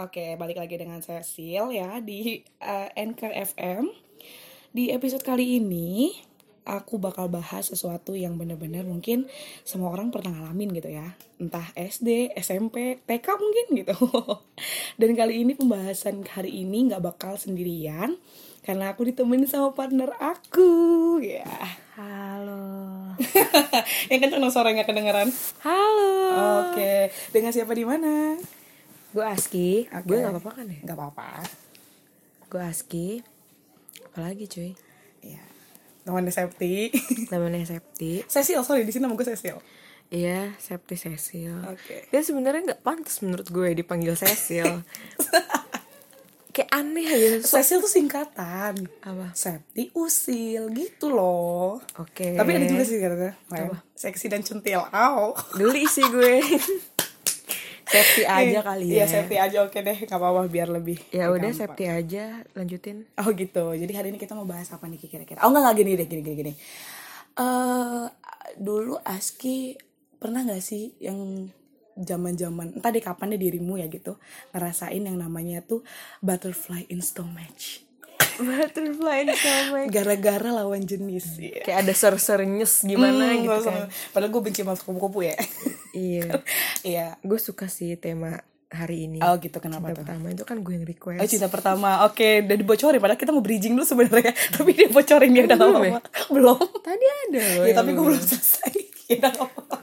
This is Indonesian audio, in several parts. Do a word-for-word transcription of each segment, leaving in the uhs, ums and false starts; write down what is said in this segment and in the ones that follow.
Oke, balik lagi dengan Cecil ya di uh, Anchor F M. Di episode kali ini aku bakal bahas sesuatu yang benar-benar mungkin semua orang pernah ngalamin gitu ya. Entah S D, S M P, T K mungkin gitu. Dan kali ini pembahasan hari ini gak bakal sendirian, karena aku ditemenin sama partner aku. Ya. Halo. Yang kenceng dong suaranya kedengeran. Halo. Oke, dengan siapa di mana? Gue Aski. Okay. Gue nggak apa-apa kan ya? Nggak apa-apa. Gue Aski. Apalagi cuy? Iya. Temannya Septi. Temannya Septi. Cecil, sorry di sini nama gue Cecil. Iya, Septi Cecil. Oke. Okay. Dia sebenarnya nggak pantas menurut gue dipanggil Cecil. Kayak aneh aja. So, Cecil tuh singkatan. Apa? Septi Usil gitu loh. Oke. Okay. Tapi ada juga sih katanya. Seksi dan centil. Aw. Geli sih gue. Safety aja kali ya. Iya, safety aja, oke deh, gak apa-apa biar lebih. Ya udah safety aja, lanjutin. Oh gitu. Jadi hari ini kita mau bahas apa nih kira-kira? Oh enggak enggak gini deh, gini gini gini. Uh, dulu Aski pernah nggak sih yang zaman-zaman entah deh kapan deh dirimu ya gitu ngerasain yang namanya tuh butterfly in stomach. Butterfly in stomach. Gara-gara lawan jenis ya. Kayak ada ser-sernyes gimana hmm, gitu kan. Padahal gue benci sama kupu-kupu ya. Iya. Iya. Gue suka sih tema hari ini. Oh gitu, kenapa cinta tuh? Pertama itu kan gue yang request. Oh cinta pertama, oke, okay. Udah dibocorin. Padahal kita mau bridging dulu sebenarnya, tapi dia bocorin dia udah lama. Ya? Belum. Tadi ada loh. Ya tapi gue belum selesai. Ya udah apa-apa.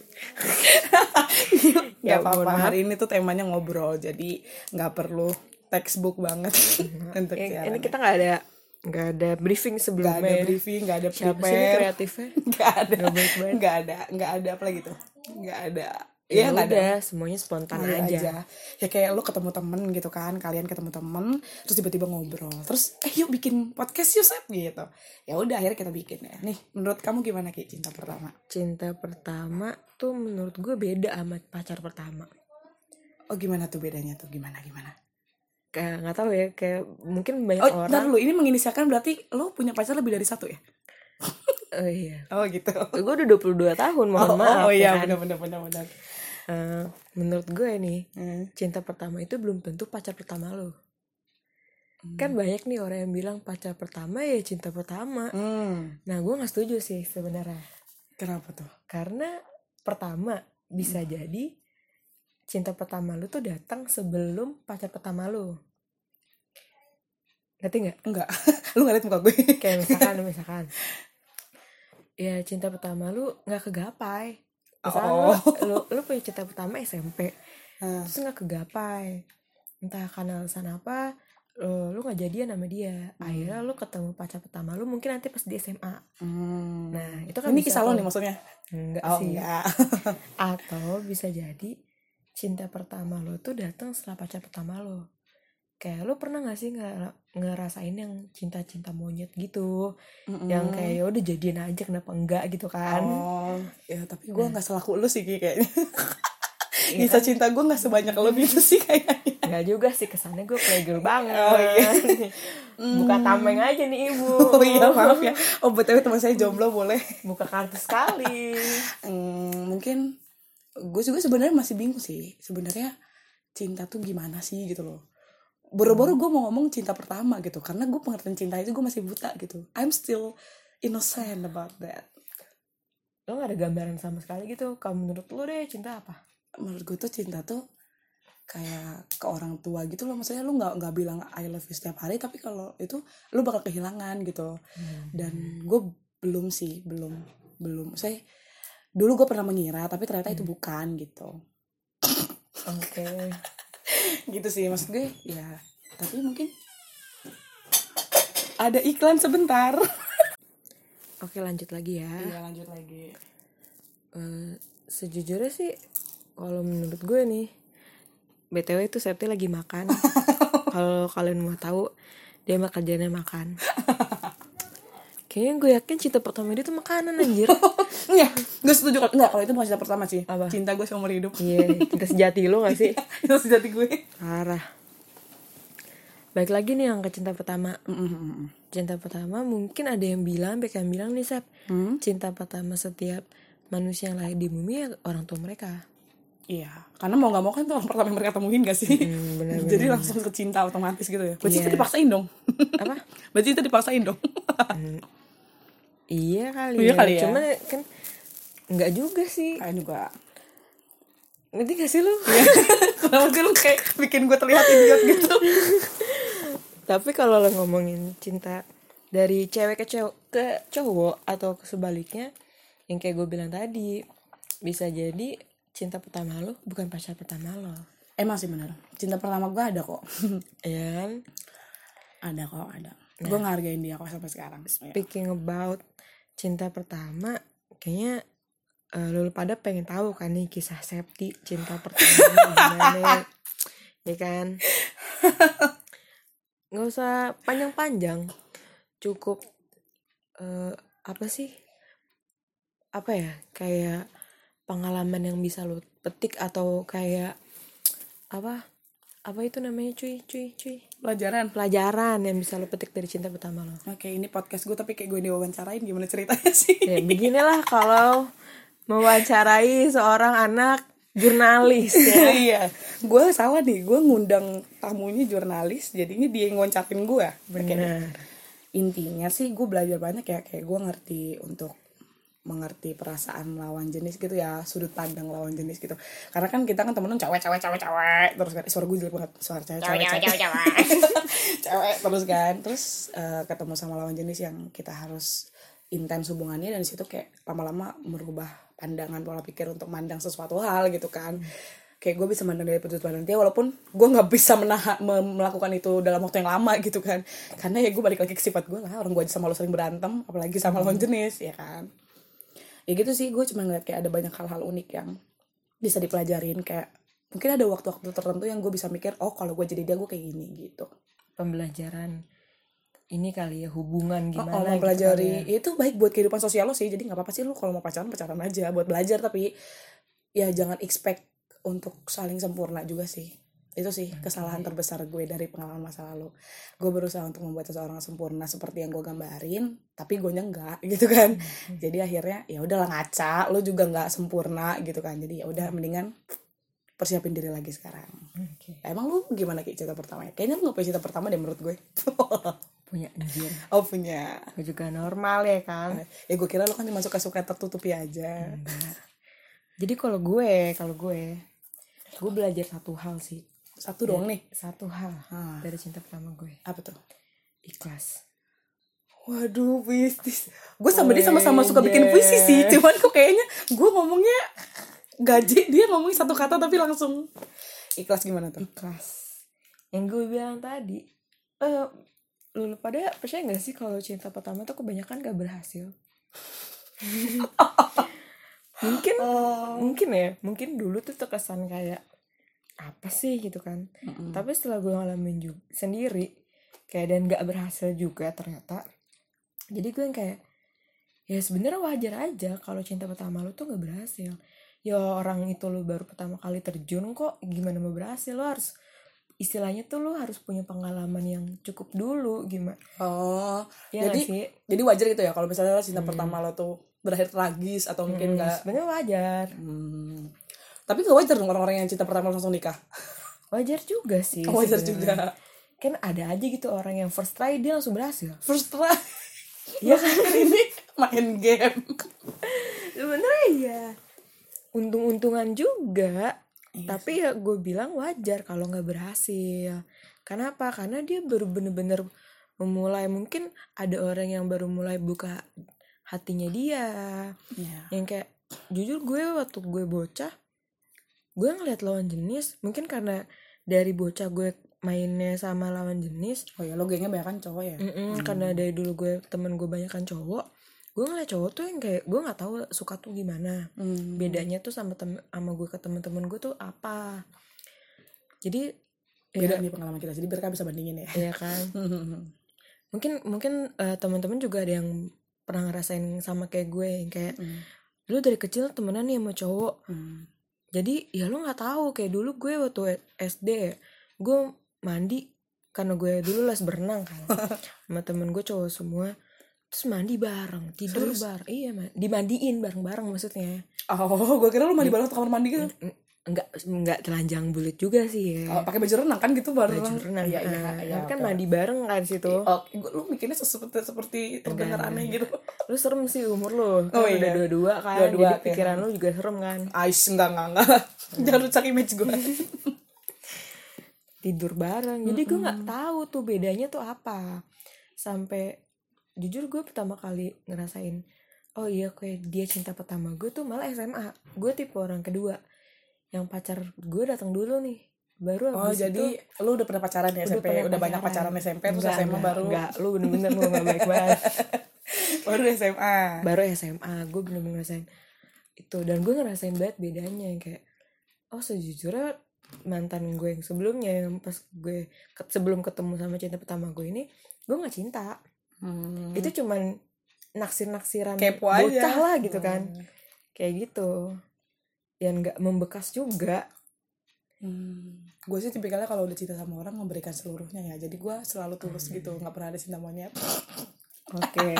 Gak apa-apa. Hari ini tuh temanya ngobrol, jadi nggak perlu textbook banget untuk ya, ini kita nggak ada nggak ada briefing sebelumnya. Nggak ada briefing, nggak ada siapa sih kreatifnya? Nggak ada, nggak ada, nggak ada apa lagi tuh? Nggak ada. Ya, ya nggak ada, semuanya spontan aja. aja. Ya kayak lu ketemu temen gitu kan, kalian ketemu temen, terus tiba-tiba ngobrol, terus eh yuk bikin podcast yuk Sep gitu. Ya udah akhirnya kita bikin ya. Nih, menurut kamu gimana Ki cinta pertama? Cinta pertama tuh menurut gue beda sama pacar pertama. Oh gimana tuh bedanya tuh? Gimana gimana? Kayak nggak tahu ya, kayak mungkin banyak oh, orang. Oh, dulu ini menginisialkan berarti lo punya pacar lebih dari satu ya? Oh iya. Oh gitu. Gue udah dua puluh dua tahun, mohon oh, maaf. Oh iya, kan? benar benar benar. Uh, menurut gue nih, hmm. cinta pertama itu belum tentu pacar pertama lo. Hmm. Kan banyak nih orang yang bilang pacar pertama ya cinta pertama. Hmm. Nah, gue nggak setuju sih sebenarnya. Kenapa tuh? Karena pertama bisa hmm. jadi cinta pertama lo tuh datang sebelum pacar pertama lo. Ngerti nggak? Enggak. Lu nggak liat muka gue. Kayak misalkan, misalkan. Ya cinta pertama lu nggak kegapai. Misalkan oh. lu, lu, lu punya cinta pertama S M P, hmm. terus nggak kegapai. Entah karena alasan apa, lu, lu nggak jadian sama dia. Hmm. Akhirnya lu ketemu pacar pertama lu mungkin nanti pas di S M A. Hmm. Nah itu kan ini kisah lo nih maksudnya? Enggak oh, sih. Enggak. Atau bisa jadi cinta pertama lu tuh datang setelah pacar pertama lu. Kayak lu pernah gak sih ngerasain yang cinta-cinta monyet gitu, mm-hmm. yang kayak ya udah jadian aja kenapa enggak gitu kan? Oh ya tapi gue nggak nah. selaku lu sih kayaknya. Kisah kan? Cinta gue nggak sebanyak lo gitu sih kayaknya. Nggak juga sih, kesannya gue playgirl banget. Oh iya. Buka tameng aja nih ibu. Oh iya maaf ya. Oh btw teman saya jomblo boleh. Buka kartu sekali. hmm, mungkin gue juga sebenarnya masih bingung sih sebenarnya cinta tuh gimana sih gitu loh. Boro-boro gue mau ngomong cinta pertama gitu karena gue pengertian cinta itu gue masih buta gitu. I'm still innocent about that. Lo gak ada gambaran sama sekali gitu? Kamu menurut lo deh cinta apa? Menurut gue tuh cinta tuh kayak ke orang tua gitu loh. Maksudnya lo gak, gak bilang I love you setiap hari, tapi kalau itu lo bakal kehilangan gitu. hmm. Dan gue belum sih belum belum saya dulu gue pernah mengira tapi ternyata hmm. itu bukan gitu. Oke. Okay. Gitu sih maksud gue ya, tapi mungkin ada iklan sebentar. Oke lanjut lagi ya. Iya lanjut lagi. Uh, sejujurnya sih kalau menurut gue nih, btw itu Septi lagi makan. Kalau kalian mau tahu dia mah kerjanya makan. Kayaknya gue yakin cinta pertama dia tuh makanan anjir. Enggak, gue setuju. Enggak, kalau itu bukan cinta pertama sih. Apa? Cinta gue seumur hidup. Iya, yeah, cinta sejati lo gak sih? Cinta sejati gue. Parah. Baik lagi nih yang ke cinta pertama. Mm-hmm. Cinta pertama mungkin ada yang bilang, baik yang bilang nih Sep, hmm? cinta pertama setiap manusia yang lahir di bumi ya orang tua mereka. Iya, karena mau nggak mau kan itu orang pertama yang mereka temuin gak sih? Mm, bener, Jadi bener. langsung ke cinta otomatis gitu ya. Berarti Iya. itu dipaksain dong. Apa? Berarti itu dipaksain dong. mm, iya kali Iya ya. kali ya. Cuman kan nggak juga sih. Kayak juga. Ngerti gak sih lu? Kenapa sih lu kayak bikin gue terlihat idiot gitu? Tapi kalau lo ngomongin cinta dari cewek ke cewek ke cowok atau sebaliknya, yang kayak gue bilang tadi, bisa jadi cinta pertama lo bukan pacar pertama lo. Emang sih bener. Cinta pertama gue ada kok. Iya kan? Ada kok, ada. Nah, gue ngehargain dia kok sampai sekarang. Speaking about cinta pertama, kayaknya uh, lo pada pengen tahu kan nih kisah Septi cinta pertama gimana, ya kan? Nggak usah panjang-panjang, cukup uh, apa sih? Apa ya? Kayak pengalaman yang bisa lo petik atau kayak apa? Apa itu namanya cuy, cuy, cuy? Pelajaran. Pelajaran yang bisa lo petik dari cinta pertama lo. Oke, ini podcast gue tapi kayak gue diwawancarain, gimana ceritanya sih? Ya beginilah kalau mewawancarai seorang anak jurnalis ya. Iya, gue salah nih, gue ngundang tamunya jurnalis, jadinya dia yang ngoncatin gue. Benar. Intinya sih gue belajar banyak ya, kayak gue ngerti untuk mengerti perasaan lawan jenis gitu ya, sudut pandang lawan jenis gitu. Karena kan kita kan temen-temen cewek cewek cewek cewek terus kan, suara gue jelek banget, suara cewek cewek cewek cewek terus kan, terus uh, ketemu sama lawan jenis yang kita harus intens hubungannya, dan disitu kayak lama-lama merubah pandangan pola pikir untuk mandang sesuatu hal gitu kan. Hmm. Kayak gue bisa mandang dari sudut pandang dia, walaupun gue nggak bisa menahan melakukan itu dalam waktu yang lama gitu kan, karena ya gue balik lagi ke sifat gue lah, orang gue aja sama lo sering berantem, apalagi sama lawan jenis ya kan. Ya gitu sih, gue cuma ngeliat kayak ada banyak hal-hal unik yang bisa dipelajarin, kayak mungkin ada waktu-waktu tertentu yang gue bisa mikir, oh kalau gue jadi dia gue kayak gini gitu. Pembelajaran ini kali ya, hubungan gimana oh, oh, mempelajari gitu ya. Itu baik buat kehidupan sosial lo sih, jadi nggak apa-apa sih lo kalau mau pacaran pacaran aja buat belajar, tapi ya jangan expect untuk saling sempurna juga sih. Itu sih kesalahan terbesar gue dari pengalaman masa lalu. Gue berusaha untuk membuat seseorang sempurna seperti yang gue gambarin, tapi gue nya enggak gitu kan. Hmm. Jadi akhirnya ya udahlah, ngaca, lo juga nggak sempurna gitu kan. Jadi ya udah, mendingan persiapin diri lagi sekarang. Okay. Emang lu gimana kayak cinta pertamanya? Kayaknya lu gak punya cinta pertama deh menurut gue. Punya anjir. Oh punya. Gue juga normal ya kan. Ya gue kira lu kan cuma suka-suka tertutupi aja. Enggak. Jadi kalau gue, kalau gue, gue belajar satu hal sih. Satu dong nih. Satu hal ha. Dari cinta pertama gue. Apa tuh? Ikhlas. Waduh, puisi. Gue sama dia sama-sama suka bikin puisi sih. Cuman kok kayaknya gue ngomongnya gaji, dia ngomongin satu kata tapi langsung ikhlas. Gimana tuh? Ikhlas. Yang gue bilang tadi, eh, lu pada percaya gak sih kalau cinta pertama tuh kebanyakan gak berhasil? mungkin oh. mungkin ya, mungkin dulu tuh terkesan kayak apa sih gitu kan. Mm-hmm. Tapi setelah gue ngalamin juga sendiri kayak, dan gak berhasil juga ternyata. Jadi gue yang kayak, ya sebenarnya wajar aja kalau cinta pertama lu tuh gak berhasil. Ya orang itu lu baru pertama kali terjun kok, gimana mau berhasil? Lu harus, istilahnya tuh lu harus punya pengalaman yang cukup dulu gimana. Oh ya jadi sih? Jadi wajar gitu ya kalau misalnya cinta hmm. pertama lo tuh berakhir tragis atau mungkin hmm, gak. Sebenarnya wajar. hmm. Tapi gak wajar dong orang-orang yang cinta pertama langsung nikah. Wajar juga sih. Oh, wajar sebenernya. Juga. Kan ada aja gitu orang yang first try dia langsung berhasil. First try. Ya kan ini main game. Sebenarnya ya untung-untungan juga. Yes. Tapi ya gue bilang wajar kalau gak berhasil. Kenapa? Karena dia baru bener-bener memulai. Mungkin ada orang yang baru mulai buka hatinya dia. Yeah. Yang kayak, jujur gue waktu gue bocah, gue ngeliat lawan jenis, mungkin karena dari bocah gue mainnya sama lawan jenis. Oh ya, lo gengnya banyakan cowok ya? Hmm. Karena dari dulu gue, temen gue banyakan cowok. Gue ngeliat cowok tuh yang kayak, gue gak tahu suka tuh gimana. Hmm. Bedanya tuh sama tem- sama gue ke temen-temen gue tuh apa. Jadi beda ya, nih pengalaman kita, jadi mereka bisa bandingin ya. Iya kan. Mungkin mungkin uh, teman-teman juga ada yang pernah ngerasain sama kayak gue, yang kayak hmm. lu dari kecil temenan nih sama cowok. Hmm. Jadi ya lu nggak tahu, kayak dulu gue waktu S D gue mandi karena gue dulu les berenang kan sama temen gue cowok semua, terus mandi bareng, tidur bareng. Iya, dimandiin bareng-bareng maksudnya. Oh, gue kira lu mandi bareng ke kamar mandi gitu. enggak enggak telanjang bulat juga sih ya. Oh, pakai baju renang kan gitu bareng. Baju renang. Iya iya iya. Kan okay. Mandi bareng kan situ. Oh, lu mikirnya seperti seperti terdengar aneh gitu. Lu serem sih umur lu. Kan oh, udah iya. dua-dua kan. Dua-dua, jadi pikiran ya. Lu juga serem kan. Ais enggak enggak enggak. Jangan rusak image gue. Tidur bareng. Jadi gue enggak tahu tuh bedanya tuh apa. Sampai jujur gue pertama kali ngerasain oh iya kayak dia cinta pertama gue tuh malah S M A. Gue tipe orang kedua yang pacar gue datang dulu nih baru oh jadi itu, lu udah pernah pacaran ya S M P udah, udah banyak pacaran S M P terus S M A enggak, baru enggak lu bener-bener lu nggak baik banget baru S M A baru S M A gue bener-bener ngerasain itu dan gue ngerasain banget bedanya yang kayak oh sejujurnya mantan gue yang sebelumnya yang pas gue sebelum ketemu sama cinta pertama gue ini gue nggak cinta hmm. itu cuman naksir-naksiran kepo bocah aja lah gitu kan hmm. kayak gitu yang nggak membekas juga. Hmm. Gue sih tipikalnya kalau udah cinta sama orang memberikan seluruhnya ya. Jadi gue selalu tulus hmm. gitu, nggak pernah ada cinta monyet. Oke.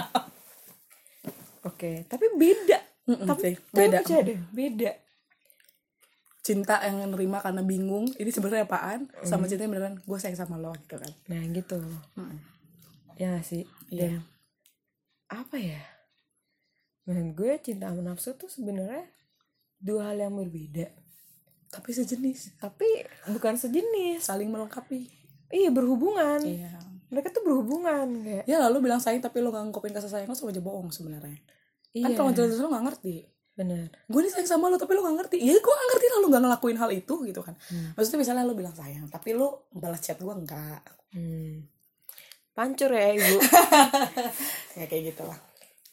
Oke, tapi beda. Mm-mm, tapi beda. Tapi deh, beda. Cinta yang nerima karena bingung, ini sebenarnya apaan? Mm. Sama cinta yang beneran gue sayang sama lo gitu kan. Nah gitu. Mm. Ya gak sih. Iya. Dan apa ya? Menurut gue cinta sama nafsu tuh sebenarnya dua hal yang berbeda tapi sejenis tapi bukan sejenis saling melengkapi iya berhubungan iya mereka tuh berhubungan kayak ya lalu bilang sayang tapi lo nggak ngungkapin kasih sayang lo sama aja bohong sebenarnya iya. Kan kalau jelas-jelas lo nggak ngerti benar gue nih sayang sama lo tapi lo nggak ngerti ya gue nggak ngerti lah lo nggak ngelakuin hal itu gitu kan hmm. maksudnya misalnya lo bilang sayang tapi lo balas chat gue enggak hmm. pancur ya ibu ya kayak gitu lah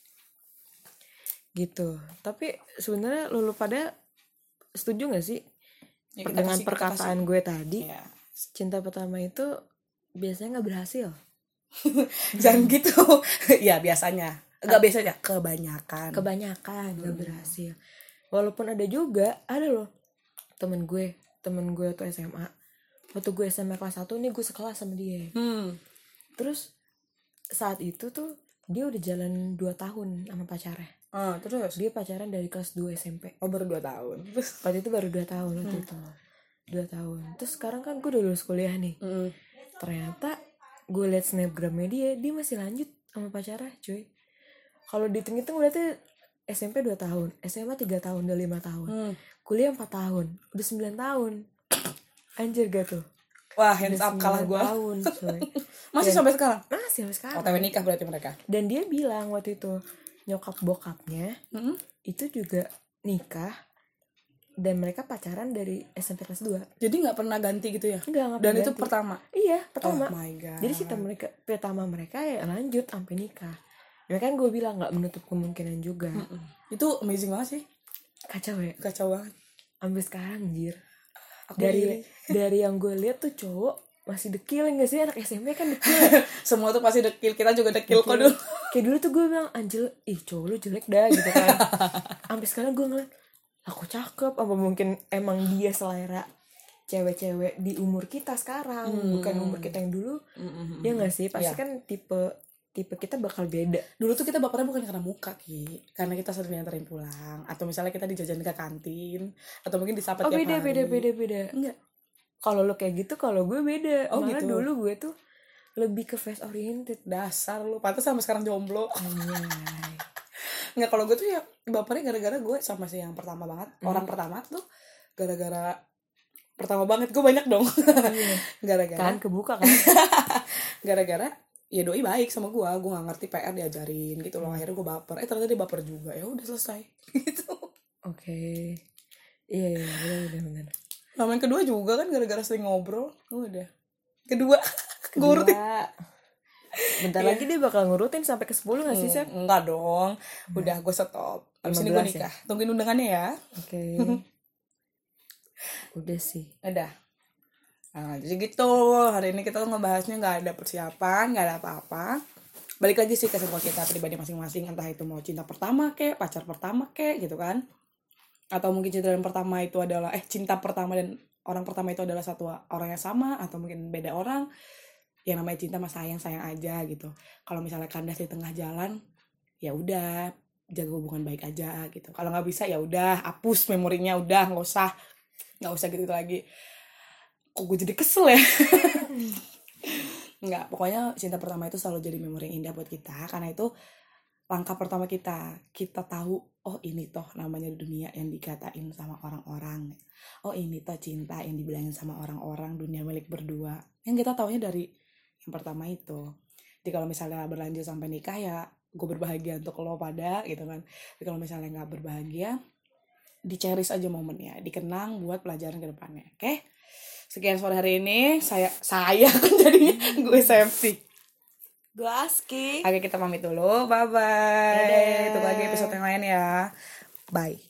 gitu tapi sebenarnya lu pada setuju nggak sih ya, dengan kasih, perkataan gue tadi ya. Cinta pertama itu biasanya nggak berhasil jangan gitu ya biasanya nggak biasanya kebanyakan kebanyakan nggak hmm. berhasil walaupun ada juga ada loh temen gue temen gue tuh S M A waktu gue S M A kelas satu nih gue sekelas sama dia hmm. terus saat itu tuh dia udah jalan dua tahun sama pacarnya. Ah, terus dia pacaran dari kelas dua S M P. Oh, baru dua tahun. Waktu itu baru dua tahun waktu hmm. itu. dua tahun. Terus sekarang kan gue udah lulus kuliah nih. Hmm. Ternyata gue liat snapgramnya dia, dia masih lanjut sama pacarnya, cuy. Kalau dihitung-hitung berarti S M P dua tahun, S M A tiga tahun, udah lima tahun. Hmm. Kuliah empat tahun, udah sembilan tahun. Anjir gak tuh? Wah, hands up kalah gue. Tahun, cuy. Masih dan, sampai sekarang? Masih sampai sekarang. O T W nikah berarti mereka. Dan dia bilang waktu itu nyokap bokapnya mm-hmm. itu juga nikah dan mereka pacaran dari S M P kelas dua. Jadi nggak pernah ganti gitu ya? Enggak, dan ganti. itu pertama? Iya, pertama. Oh my god. Jadi cinta mereka pertama mereka ya lanjut sampai nikah. Ya kan gue bilang nggak menutup kemungkinan juga. Mm-mm. Itu amazing banget sih. Kacau ya? Kacau banget. Sampai sekarang anjir. Aku dari ini. dari yang gue lihat tuh cowok masih dekil nggak sih, anak S M P kan dekil. Semua tuh pasti dekil, kita juga dekil, dekil. Kok dulu. Kayak dulu tuh gue bilang Anjel, ih cowok lu jelek dah gitu kan. Sampai sekarang gue ngeliat aku cakep, apa mungkin emang dia selera cewek-cewek di umur kita sekarang, hmm. bukan umur kita yang dulu. Hmm. Ya nggak sih, pasti ya. Kan tipe tipe kita bakal beda. Dulu tuh kita bapernya bukan karena muka, Ki, karena kita sering diantarin pulang, atau misalnya kita dijajanin ke kantin, atau mungkin disapa oh, tiap beda, hari. beda beda beda enggak. Kalau lo kayak gitu, kalau gue beda. Oh, malah gitu. Dulu gue tuh lebih ke face oriented. Dasar lu, pantas sampai sekarang jomblo. Nggak, kalau gue tuh ya bapernya gara-gara gue sama si yang pertama banget, hmm. orang pertama tuh gara-gara pertama banget gue banyak dong. Gara-gara kan kebuka kan. Gara-gara ya doi baik sama gue, gue nggak ngerti P R diajarin gitu loh. Akhirnya gue baper, eh ternyata dia baper juga, ya udah selesai gitu. Oke, okay. Iya iya benar benar. Nama yang kedua juga kan gara-gara sering ngobrol, udah. Kedua, gue urutin. Bentar yeah. lagi dia bakal ngurutin sampai ke sepuluh nggak sih, Sep? Hmm, enggak dong, udah gue stop. Abis ini gue nikah, ya? Tungguin undangannya ya. Oke. Okay. Udah sih. Udah. Nah, jadi gitu. Hari ini kita tuh ngebahasnya nggak ada persiapan, nggak ada apa-apa. Balik lagi sih ke kesimpulan kita pribadi masing-masing, entah itu mau cinta pertama kek, pacar pertama kek, gitu kan? Atau mungkin cinta yang pertama itu adalah eh cinta pertama dan orang pertama itu adalah satu orang yang sama, atau mungkin beda orang. Yang namanya cinta mah sayang sayang aja gitu. Kalau misalnya kandas di tengah jalan, ya udah jaga hubungan baik aja gitu. Kalau nggak bisa ya udah hapus memorinya, udah nggak usah nggak usah gitu lagi. Kok gue jadi kesel ya. Nggak, pokoknya cinta pertama itu selalu jadi memori yang indah buat kita, karena itu langkah pertama kita. Kita tahu, oh ini toh namanya dunia yang dikatain sama orang-orang. Oh ini toh cinta yang dibilangin sama orang-orang, dunia milik berdua. Yang kita taunya dari yang pertama itu. Jadi kalau misalnya berlanjut sampai nikah ya gue berbahagia untuk lo pada gitu kan. Tapi kalau misalnya nggak berbahagia, di-cherish aja momennya, dikenang buat pelajaran ke depannya. Oke? Okay? Sekian sore hari ini. Saya saya kan jadinya gue Septi, gue Aski. Oke, kita pamit dulu. Bye bye. Tunggu lagi episode yang lain ya. Bye.